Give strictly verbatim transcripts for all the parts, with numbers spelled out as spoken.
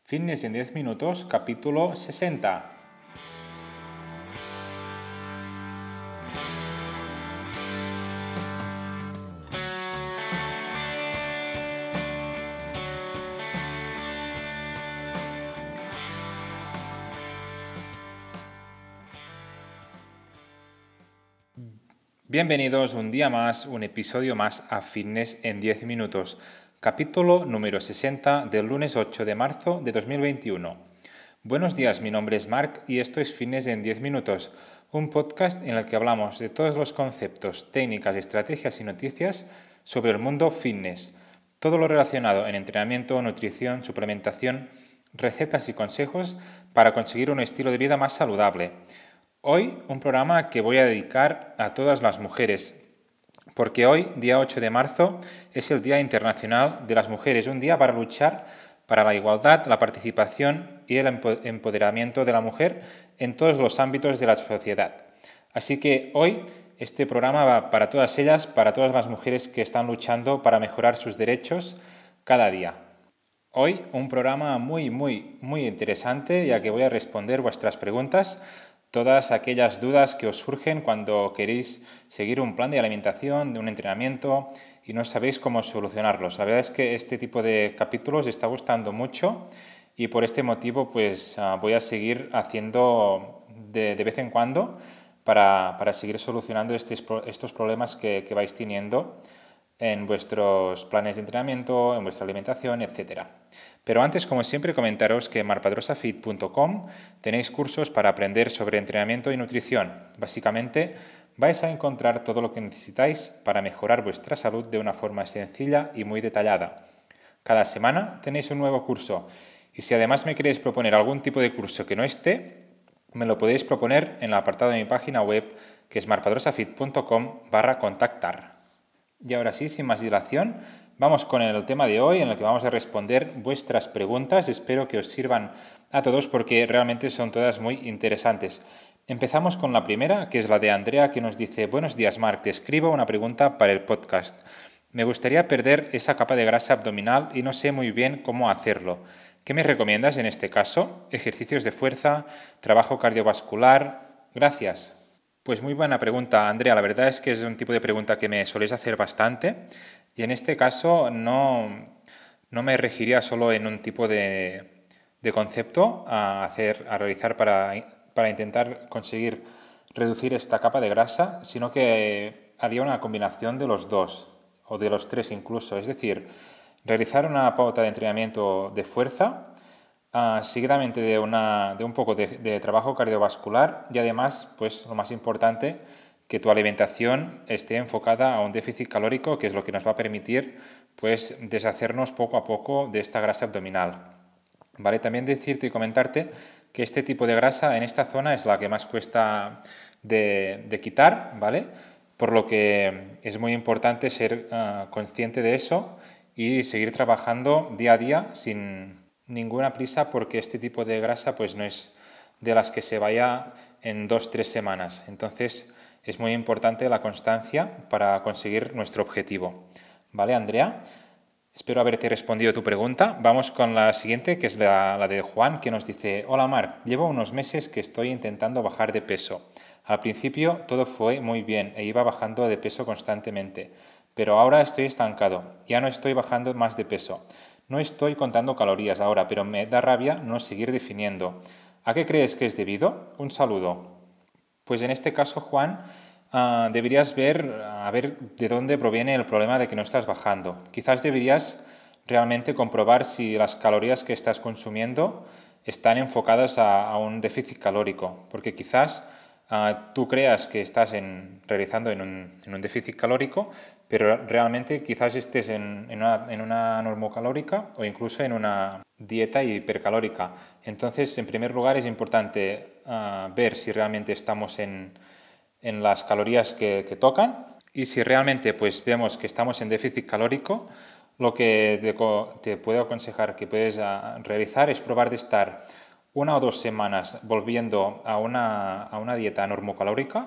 Fitness en diez minutos, capítulo sesenta. Bienvenidos un día más, un episodio más a Fitness en diez minutos, capítulo número sesenta del lunes ocho de marzo de dos mil veintiuno. Buenos días, mi nombre es Marc y esto es Fitness en diez minutos, un podcast en el que hablamos de todos los conceptos, técnicas, estrategias y noticias sobre el mundo fitness. Todo lo relacionado en entrenamiento, nutrición, suplementación, recetas y consejos para conseguir un estilo de vida más saludable. Hoy un programa que voy a dedicar a todas las mujeres, porque hoy, día ocho de marzo, es el Día Internacional de las Mujeres, un día para luchar para la igualdad, la participación y el empoderamiento de la mujer en todos los ámbitos de la sociedad. Así que hoy este programa va para todas ellas, para todas las mujeres que están luchando para mejorar sus derechos cada día. Hoy un programa muy, muy, muy interesante, ya que voy a responder vuestras preguntas, todas aquellas dudas que os surgen cuando queréis seguir un plan de alimentación, de un entrenamiento y no sabéis cómo solucionarlos. La verdad es que este tipo de capítulos está gustando mucho y por este motivo pues voy a seguir haciendo de, de vez en cuando para, para seguir solucionando estos, estos problemas que, que vais teniendo en vuestros planes de entrenamiento, en vuestra alimentación, etcétera. Pero antes, como siempre, comentaros que en marpadrosafit punto com tenéis cursos para aprender sobre entrenamiento y nutrición. Básicamente, vais a encontrar todo lo que necesitáis para mejorar vuestra salud de una forma sencilla y muy detallada. Cada semana tenéis un nuevo curso y si además me queréis proponer algún tipo de curso que no esté, me lo podéis proponer en el apartado de mi página web, que es marpadrosafit punto com barra contactar. Y ahora sí, sin más dilación, vamos con el tema de hoy en el que vamos a responder vuestras preguntas. Espero que os sirvan a todos porque realmente son todas muy interesantes. Empezamos con la primera, que es la de Andrea, que nos dice: Buenos días, Marc, te escribo una pregunta para el podcast. Me gustaría perder esa capa de grasa abdominal y no sé muy bien cómo hacerlo. ¿Qué me recomiendas en este caso? ¿Ejercicios de fuerza? ¿Trabajo cardiovascular? Gracias. Pues muy buena pregunta, Andrea. La verdad es que es un tipo de pregunta que me soléis hacer bastante y en este caso no, no me regiría solo en un tipo de, de concepto a, hacer, a realizar para, para intentar conseguir reducir esta capa de grasa, sino que haría una combinación de los dos o de los tres incluso. Es decir, realizar una pauta de entrenamiento de fuerza, Uh, seguidamente de, una, de un poco de, de trabajo cardiovascular y además, pues lo más importante, que tu alimentación esté enfocada a un déficit calórico, que es lo que nos va a permitir pues deshacernos poco a poco de esta grasa abdominal. ¿Vale? También decirte y comentarte que este tipo de grasa en esta zona es la que más cuesta de, de quitar, ¿vale? Por lo que es muy importante ser uh, consciente de eso y seguir trabajando día a día sin ninguna prisa, porque este tipo de grasa pues no es de las que se vaya en dos, tres semanas. Entonces es muy importante la constancia para conseguir nuestro objetivo. ¿Vale, Andrea? Espero haberte respondido tu pregunta. Vamos con la siguiente, que es la, la de Juan, que nos dice: Hola, Marc, llevo unos meses que estoy intentando bajar de peso. Al principio todo fue muy bien e iba bajando de peso constantemente, pero ahora estoy estancado, ya no estoy bajando más de peso. No estoy contando calorías ahora, pero me da rabia no seguir definiendo. ¿A qué crees que es debido? Un saludo. Pues en este caso, Juan, uh, deberías ver a ver de dónde proviene el problema de que no estás bajando. Quizás deberías realmente comprobar si las calorías que estás consumiendo están enfocadas a, a un déficit calórico, porque quizás uh, tú creas que estás en, realizando en un, en un déficit calórico, pero realmente quizás estés en, en, una, en una normocalórica o incluso en una dieta hipercalórica. Entonces, en primer lugar, es importante uh, ver si realmente estamos en, en las calorías que, que tocan, y si realmente pues, vemos que estamos en déficit calórico, lo que te, te puedo aconsejar que puedes uh, realizar es probar de estar una o dos semanas volviendo a una, a una dieta normocalórica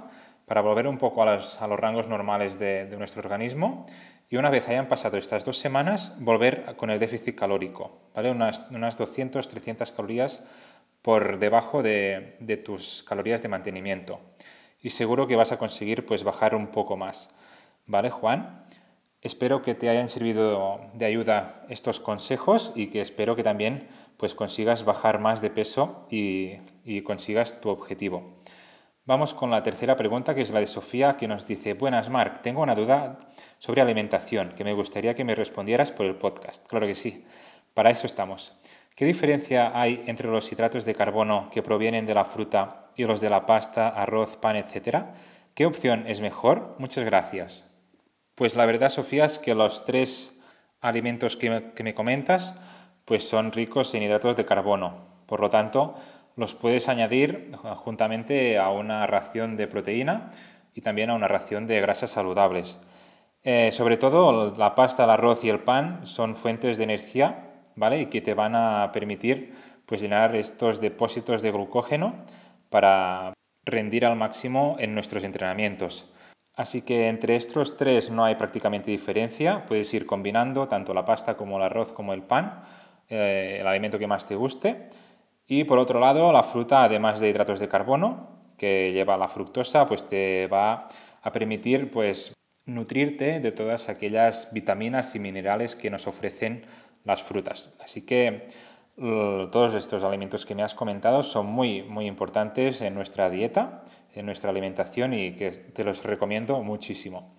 para volver un poco a los, a los rangos normales de, de nuestro organismo y una vez hayan pasado estas dos semanas, volver con el déficit calórico, ¿vale? Unas, unas doscientas, trescientas calorías por debajo de, de tus calorías de mantenimiento. Y seguro que vas a conseguir pues, bajar un poco más. ¿Vale, Juan? Espero que te hayan servido de ayuda estos consejos y que espero que también pues, consigas bajar más de peso y, y consigas tu objetivo. Vamos con la tercera pregunta, que es la de Sofía, que nos dice: Buenas, Marc, tengo una duda sobre alimentación que me gustaría que me respondieras por el podcast. Claro que sí, para eso estamos. ¿Qué diferencia hay entre los hidratos de carbono que provienen de la fruta y los de la pasta, arroz, pan, etcétera? ¿Qué opción es mejor? Muchas gracias. Pues la verdad, Sofía, es que los tres alimentos que me, que me comentas pues son ricos en hidratos de carbono. Por lo tanto, los puedes añadir juntamente a una ración de proteína y también a una ración de grasas saludables. Eh, sobre todo, la pasta, el arroz y el pan son fuentes de energía, ¿vale? Y que te van a permitir pues, llenar estos depósitos de glucógeno para rendir al máximo en nuestros entrenamientos. Así que entre estos tres no hay prácticamente diferencia. Puedes ir combinando tanto la pasta como el arroz como el pan, eh, el alimento que más te guste. Y por otro lado, la fruta, además de hidratos de carbono, que lleva la fructosa, pues te va a permitir pues, nutrirte de todas aquellas vitaminas y minerales que nos ofrecen las frutas. Así que todos estos alimentos que me has comentado son muy, muy importantes en nuestra dieta, en nuestra alimentación y que te los recomiendo muchísimo.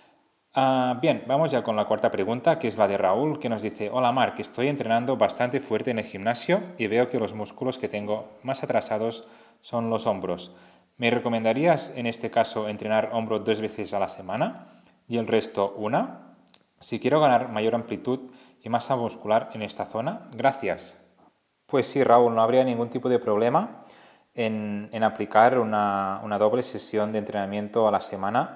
Uh, bien, vamos ya con la cuarta pregunta, que es la de Raúl, que nos dice: Hola Marc, estoy entrenando bastante fuerte en el gimnasio y veo que los músculos que tengo más atrasados son los hombros. ¿Me recomendarías en este caso entrenar hombro dos veces a la semana y el resto una? Si quiero ganar mayor amplitud y masa muscular en esta zona, gracias. Pues sí, Raúl, no habría ningún tipo de problema en, en aplicar una, una doble sesión de entrenamiento a la semana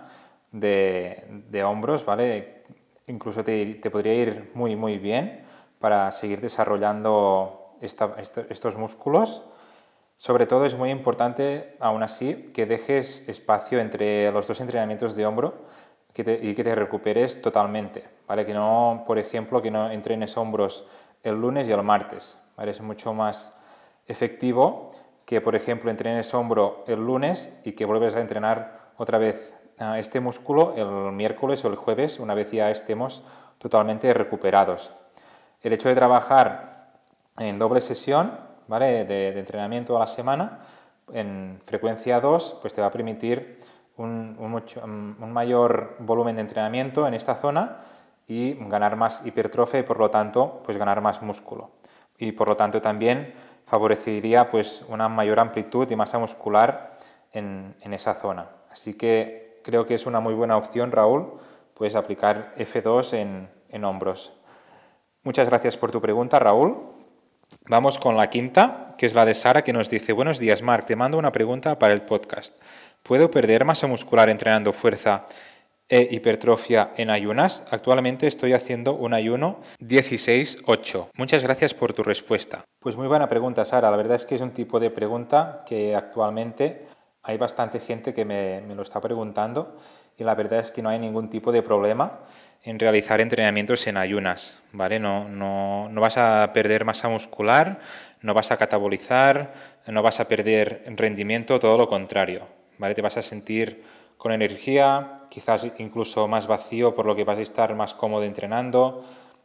de, de hombros, ¿vale? Incluso te, te podría ir muy, muy bien para seguir desarrollando esta, esta, estos músculos. Sobre todo es muy importante, aún así, que dejes espacio entre los dos entrenamientos de hombro que te, y que te recuperes totalmente, ¿vale? Que no, por ejemplo, que no entrenes hombros el lunes y el martes, ¿vale? Es mucho más efectivo que, por ejemplo, entrenes hombro el lunes y que vuelves a entrenar otra vez este músculo el miércoles o el jueves, una vez ya estemos totalmente recuperados. El hecho de trabajar en doble sesión, ¿vale? de, de entrenamiento a la semana, en frecuencia dos, pues te va a permitir un, un, mucho, un mayor volumen de entrenamiento en esta zona y ganar más hipertrofia y por lo tanto pues ganar más músculo. Y por lo tanto también favorecería pues una mayor amplitud y masa muscular en, en esa zona. Así que creo que es una muy buena opción, Raúl, pues aplicar F dos en, en hombros. Muchas gracias por tu pregunta, Raúl. Vamos con la quinta, que es la de Sara, que nos dice: Buenos días, Marc, te mando una pregunta para el podcast. ¿Puedo perder masa muscular entrenando fuerza e hipertrofia en ayunas? Actualmente estoy haciendo un ayuno dieciséis ocho. Muchas gracias por tu respuesta. Pues muy buena pregunta, Sara. La verdad es que es un tipo de pregunta que actualmente hay bastante gente que me, me lo está preguntando y la verdad es que no hay ningún tipo de problema en realizar entrenamientos en ayunas, ¿vale? No, no, no vas a perder masa muscular, no vas a catabolizar, no vas a perder rendimiento, todo lo contrario, ¿vale? Te vas a sentir con energía, quizás incluso más vacío, por lo que vas a estar más cómodo entrenando.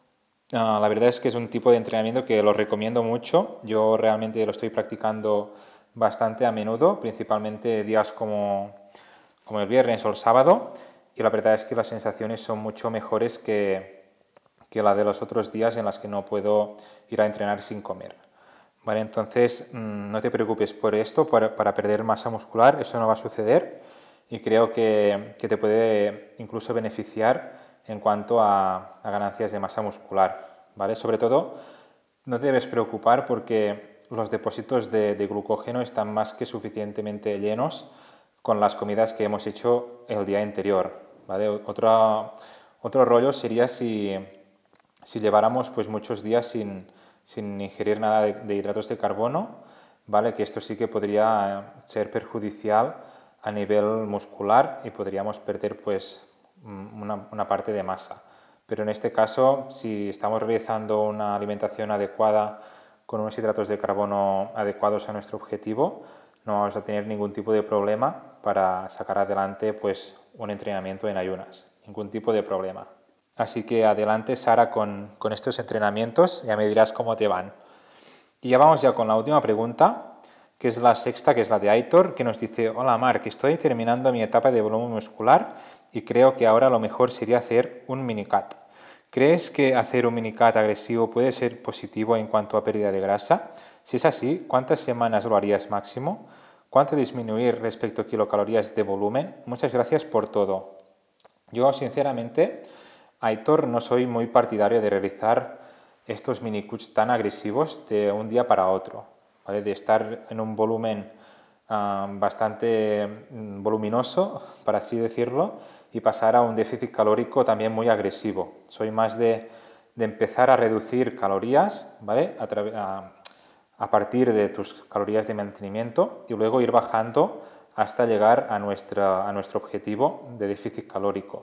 Uh, la verdad es que es un tipo de entrenamiento que lo recomiendo mucho. Yo realmente lo estoy practicando bastante a menudo, principalmente días como, como el viernes o el sábado, y la verdad es que las sensaciones son mucho mejores que, que la de los otros días en las que no puedo ir a entrenar sin comer. Vale, entonces mmm, no te preocupes por esto, para, para perder masa muscular, eso no va a suceder y creo que, que te puede incluso beneficiar en cuanto a, a ganancias de masa muscular, ¿vale? Sobre todo, no te debes preocupar porque los depósitos de, de glucógeno están más que suficientemente llenos con las comidas que hemos hecho el día anterior, ¿vale? Otro, otro rollo sería si, si lleváramos pues, muchos días sin, sin ingerir nada de, de hidratos de carbono, ¿vale? Que esto sí que podría ser perjudicial a nivel muscular y podríamos perder pues una, una parte de masa. Pero en este caso, si estamos realizando una alimentación adecuada con unos hidratos de carbono adecuados a nuestro objetivo, no vamos a tener ningún tipo de problema para sacar adelante pues un entrenamiento en ayunas. Ningún tipo de problema. Así que adelante, Sara, con, con estos entrenamientos, ya me dirás cómo te van. Y ya vamos ya con la última pregunta, que es la sexta, que es la de Aitor, que nos dice: hola Marc, estoy terminando mi etapa de volumen muscular y creo que ahora lo mejor sería hacer un minicut. ¿Crees que hacer un minicut agresivo puede ser positivo en cuanto a pérdida de grasa? Si es así, ¿cuántas semanas lo harías máximo? ¿Cuánto disminuir respecto a kilocalorías de volumen? Muchas gracias por todo. Yo, sinceramente, Aitor, no soy muy partidario de realizar estos minicuts tan agresivos de un día para otro, ¿vale? De estar en un volumen uh, bastante voluminoso, para así decirlo, y pasar a un déficit calórico también muy agresivo. Soy más de, de empezar a reducir calorías, ¿vale? A, a, a partir de tus calorías de mantenimiento y luego ir bajando hasta llegar a, nuestra, a nuestro objetivo de déficit calórico.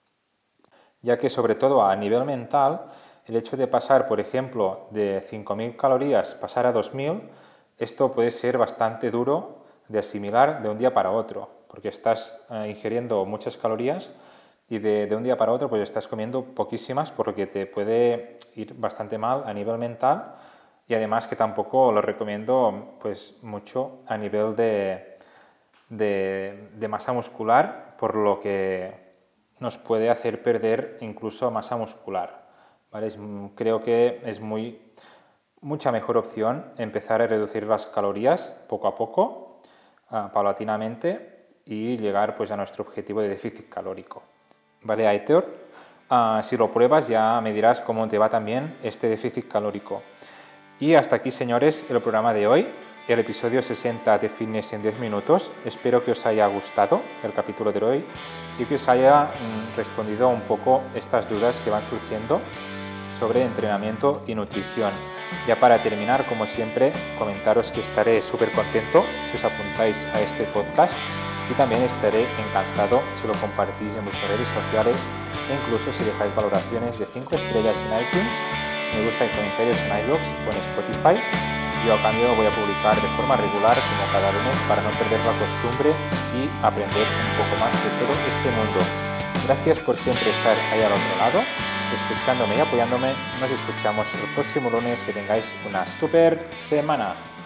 Ya que sobre todo a nivel mental, el hecho de pasar, por ejemplo, de cinco mil calorías, pasar a dos mil, esto puede ser bastante duro de asimilar de un día para otro, porque estás eh, ingiriendo muchas calorías y de, de un día para otro pues estás comiendo poquísimas, por lo que te puede ir bastante mal a nivel mental y además que tampoco lo recomiendo pues mucho a nivel de, de, de masa muscular, por lo que nos puede hacer perder incluso masa muscular, ¿vale? Es, creo que es muy, mucha mejor opción empezar a reducir las calorías poco a poco, uh, paulatinamente, y llegar pues, a nuestro objetivo de déficit calórico. ¿Vale, Aitor? Uh, si lo pruebas ya me dirás cómo te va también este déficit calórico. Y hasta aquí, señores, el programa de hoy, el episodio sesenta de Fitness en diez minutos. Espero que os haya gustado el capítulo de hoy y que os haya mm, respondido un poco estas dudas que van surgiendo sobre entrenamiento y nutrición. Ya para terminar, como siempre, comentaros que estaré súper contento si os apuntáis a este podcast y también estaré encantado si lo compartís en vuestras redes sociales e incluso si dejáis valoraciones de cinco estrellas en iTunes, me gusta y comentarios en iVoox o en Spotify. Yo a cambio voy a publicar de forma regular como cada lunes para no perder la costumbre y aprender un poco más de todo este mundo. Gracias por siempre estar ahí al otro lado, escuchándome y apoyándome. Nos escuchamos el próximo lunes. Que tengáis una súper semana.